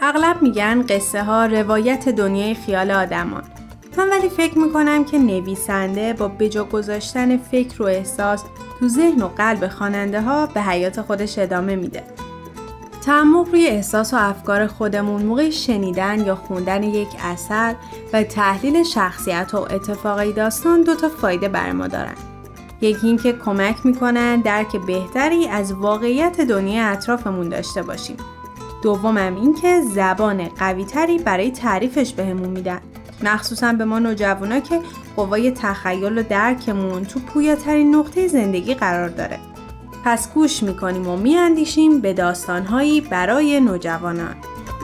اغلب میگن قصه ها روایت دنیای خیال آدمان. من ولی فکر میکنم که نویسنده با بجا گذاشتن فکر و احساس تو ذهن و قلب خواننده ها به حیات خودش ادامه میده. تعمق روی احساس و افکار خودمون موقع شنیدن یا خوندن یک اثر و تحلیل شخصیت و اتفاقی داستان 2 تا فایده بر ما دارن. یکی این که کمک میکنن درک بهتری از واقعیت دنیای اطرافمون داشته باشیم. دومم این که زبان قوی‌تری برای تعریفش بهمون میدن. مخصوصا به ما نوجوانا که قوای تخیل و درکمون تو پویاترین نقطه زندگی قرار داره. پس گوش میکنیم و میاندیشیم به داستانهایی برای نوجوانان.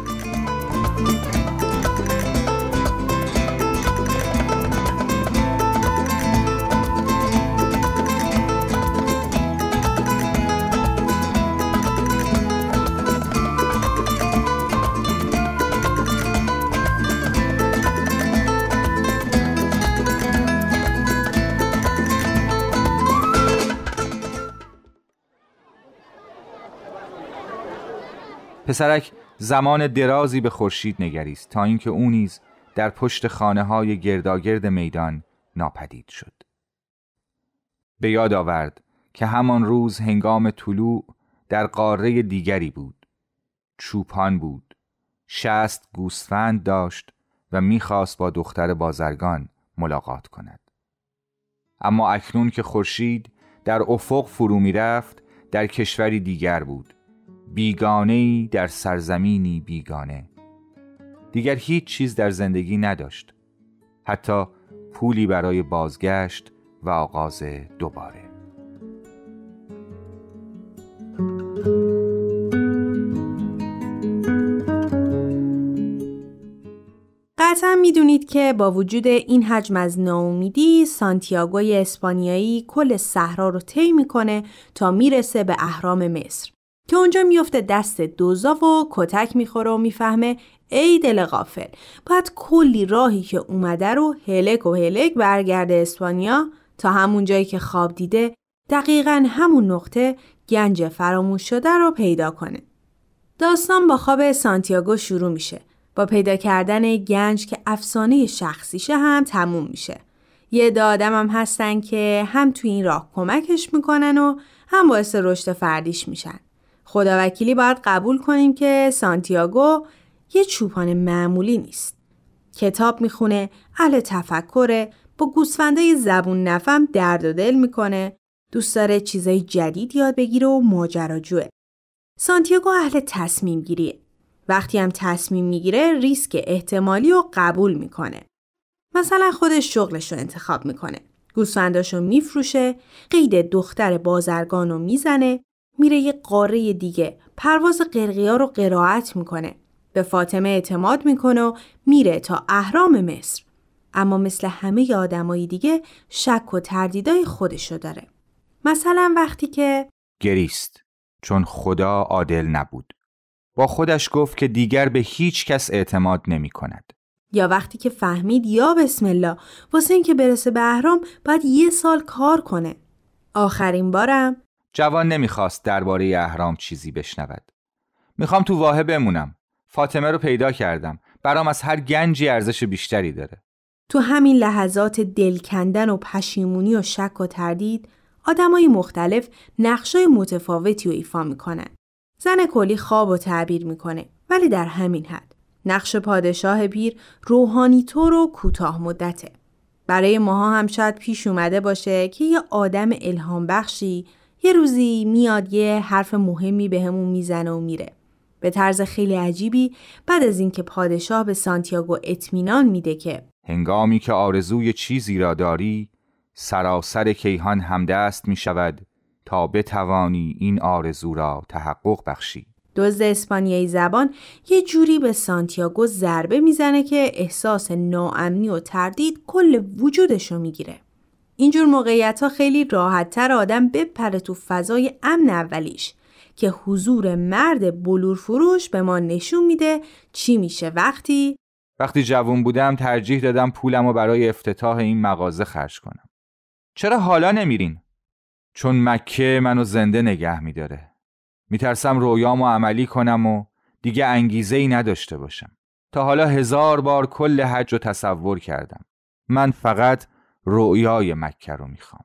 پسرک زمان درازی به خورشید نگریست تا اینکه او نیز در پشت خانه‌های گرداگرد میدان ناپدید شد. به یاد آورد که همان روز هنگام طلوع در قاره دیگری بود. چوپان بود، 60 گوسفند داشت و می‌خواست با دختر بازرگان ملاقات کند. اما اکنون که خورشید در افق فرو می‌رفت، در کشوری دیگر بود، بیگانه‌ای در سرزمینی بیگانه. دیگر هیچ چیز در زندگی نداشت، حتی پولی برای بازگشت و آغاز دوباره. قطعا میدونید که با وجود این حجم از ناامیدی، سانتیاگوی اسپانیایی کل صحرا رو طی میکنه تا میرسه به اهرام مصر که اونجا میفته دست دوزا و کتک میخوره و میفهمه ای دل غافل، باید کلی راهی که اومده رو هلک برگرده اسپانیا تا همون جایی که خواب دیده، دقیقاً همون نقطه گنج فراموش شده رو پیدا کنه. داستان با خواب سانتیاگو شروع میشه، با پیدا کردن گنج که افسانه شخصیشه هم تموم میشه. یه عده آدم هم هستن که هم تو این راه کمکش میکنن و هم باعث رشد فردیش میشن. خداوکیلی باید قبول کنیم که سانتیاگو یه چوپان معمولی نیست. کتاب میخونه، اهل تفکره، با گوسفندای زبون نفهم درد و دل میکنه، دوست داره چیزای جدید یاد بگیره و ماجراجوه. سانتیاگو اهل تصمیم گیریه. وقتی هم تصمیم میگیره ریسک احتمالی رو قبول میکنه. مثلا خودش شغلش رو انتخاب میکنه. گوسفنداشو میفروشه، قید دختر بازرگان رو میزنه، میره یه قاره دیگه پرواز قرقیا رو قرائت میکنه. به فاطمه اعتماد میکنه و میره تا اهرام مصر. اما مثل همه آدمای دیگه شک و تردیدای خودشو داره. مثلا وقتی که گریست چون خدا عادل نبود. با خودش گفت که دیگر به هیچ کس اعتماد نمی کند. یا وقتی که فهمید یا بسم الله واسه این که برسه به اهرام باید 1 سال کار کنه. آخرین بارم جوان نمیخواست درباره اهرام چیزی بشنود. میخوام تو واحه بمونم. فاطمه رو پیدا کردم. برام از هر گنجی ارزش بیشتری داره. تو همین لحظات دلکندن و پشیمونی و شک و تردید آدمای مختلف نقشای متفاوتی رو ایفا میکنن. زن کلی خواب و تعبیر میکنه، ولی در همین حد. نقش پادشاه پیر روحانی طور و کوتاه مدته. برای ماها هم شاید پیش اومده باشه که یه آدم الهام بخشی یه روزی میاد یه حرف مهمی بهمون میزنه و میره. به طرز خیلی عجیبی بعد از اینکه پادشاه به سانتیاگو اطمینان میده که هنگامی که آرزوی چیزی را داری، سراسر کیهان همدست میشود تا بتوانی این آرزو را تحقق بخشی. دزد اسپانیایی زبان یه جوری به سانتیاگو ضربه میزنه که احساس ناامنی و تردید کل وجودشو میگیره. اینجور موقعیت‌ها خیلی راحت‌تر آدم بپره تو فضای امن اولیش که حضور مرد بلور فروش به ما نشون میده چی میشه وقتی جوان بودم ترجیح دادم پولمو برای افتتاح این مغازه خرج کنم. چرا حالا نمیرین؟ چون مکه منو زنده نگه میداره. میترسم رویامو عملی کنم و دیگه انگیزه‌ای نداشته باشم. تا حالا 1000 بار کل حج رو تصور کردم. من فقط رؤیای مکه رو میخوام.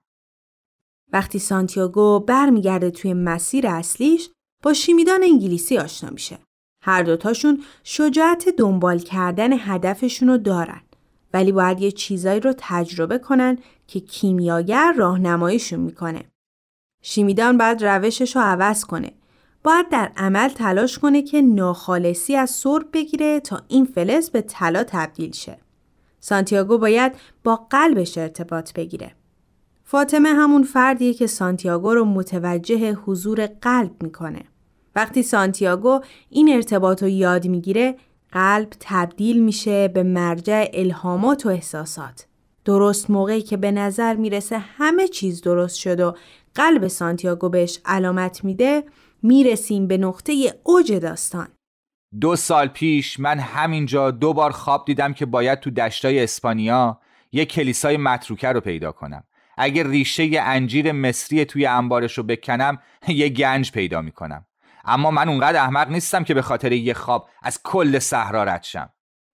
وقتی سانتیاگو برمیگرده توی مسیر اصلیش با شیمیدان انگلیسی آشنا میشه. هر دوتاشون شجاعت دنبال کردن هدفشون رو دارن، ولی باید یه چیزایی رو تجربه کنن که کیمیاگر راهنماییشون میکنه. شیمیدان باید روشش رو عوض کنه. باید در عمل تلاش کنه که ناخالصی از سرب بگیره تا این فلز به طلا تبدیل شه. سانتیاگو باید با قلبش ارتباط بگیره. فاطمه همون فردیه که سانتیاگو رو متوجه حضور قلب میکنه. وقتی سانتیاگو این ارتباط رو یاد میگیره، قلب تبدیل میشه به مرجع الهامات و احساسات. درست موقعی که به نظر میرسه همه چیز درست شد و قلب سانتیاگو بهش علامت میده، میرسیم به نقطه اوج داستان. 2 سال پیش من همینجا 2 بار خواب دیدم که باید تو دشتای اسپانیا یک کلیسای متروکه رو پیدا کنم. اگه ریشه انجیر مصری توی انبارش رو بکنم یه گنج پیدا میکنم. اما من اونقدر احمق نیستم که به خاطر یه خواب از کل صحرا رد شم.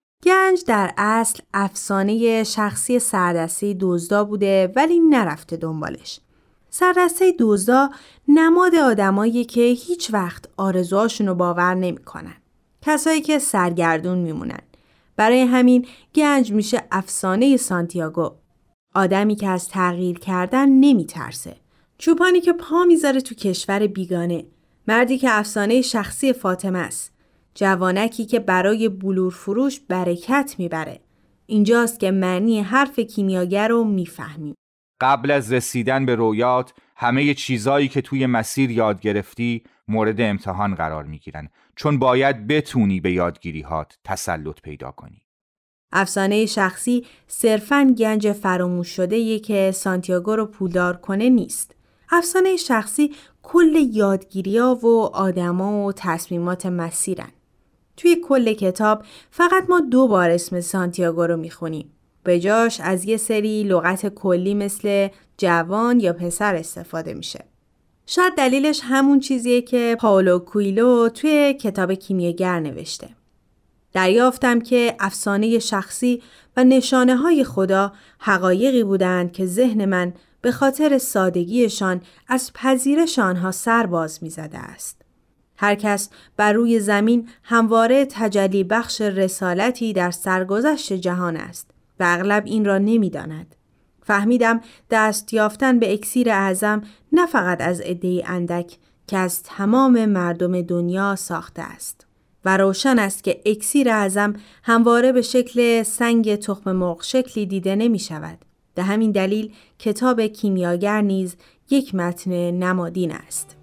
گنج در اصل افسانه شخصی سردسته دزدا بوده، ولی نرفته دنبالش. سردسته دزدا نماد آدمایی که هیچ وقت آرزوهاشون رو باور نمی‌کنن. کسایی که سرگردون میمونن. برای همین گنج میشه افسانه سانتیاگو. آدمی که از تغییر کردن نمیترسه. چوپانی که پا میذاره تو کشور بیگانه. مردی که افسانه شخصی فاطمه است. جوانکی که برای بلور فروش برکت میبره. اینجاست که معنی حرف کیمیاگر رو میفهمیم. قبل از رسیدن به رویات همه چیزایی که توی مسیر یاد گرفتی مورد امتحان قرار میگیرن، چون باید بتونی به یادگیری‌هات تسلط پیدا کنی. افسانه شخصی صرفاً گنج فراموش شده‌ایه که سانتیاگو رو پولدار کنه نیست. افسانه شخصی کل یادگیری‌ها و آدم‌ها و تصمیمات مسیرن. توی کل کتاب فقط ما 2 بار اسم سانتیاگو رو میخونیم. به جاش از یه سری لغت کلی مثل جوان یا پسر استفاده میشه. شاید دلیلش همون چیزیه که پائولو کوئلو توی کتاب کیمیاگر نوشته. دریافتم که افسانه شخصی و نشانه‌های خدا حقایقی بودند که ذهن من به خاطر سادگیشان از پذیرش آنها سر باز می‌زده است. هر کس بر روی زمین همواره تجلی بخش رسالتی در سرگذشت جهان است و اغلب این را نمی‌داند. فهمیدم دست یافتن به اکسیر اعظم نه فقط از عده‌ای اندک که از تمام مردم دنیا ساخته است. و روشن است که اکسیر اعظم همواره به شکل سنگ تخم مرغ شکلی دیده نمی شود. به همین دلیل کتاب کیمیاگر نیز یک متن نمادین است.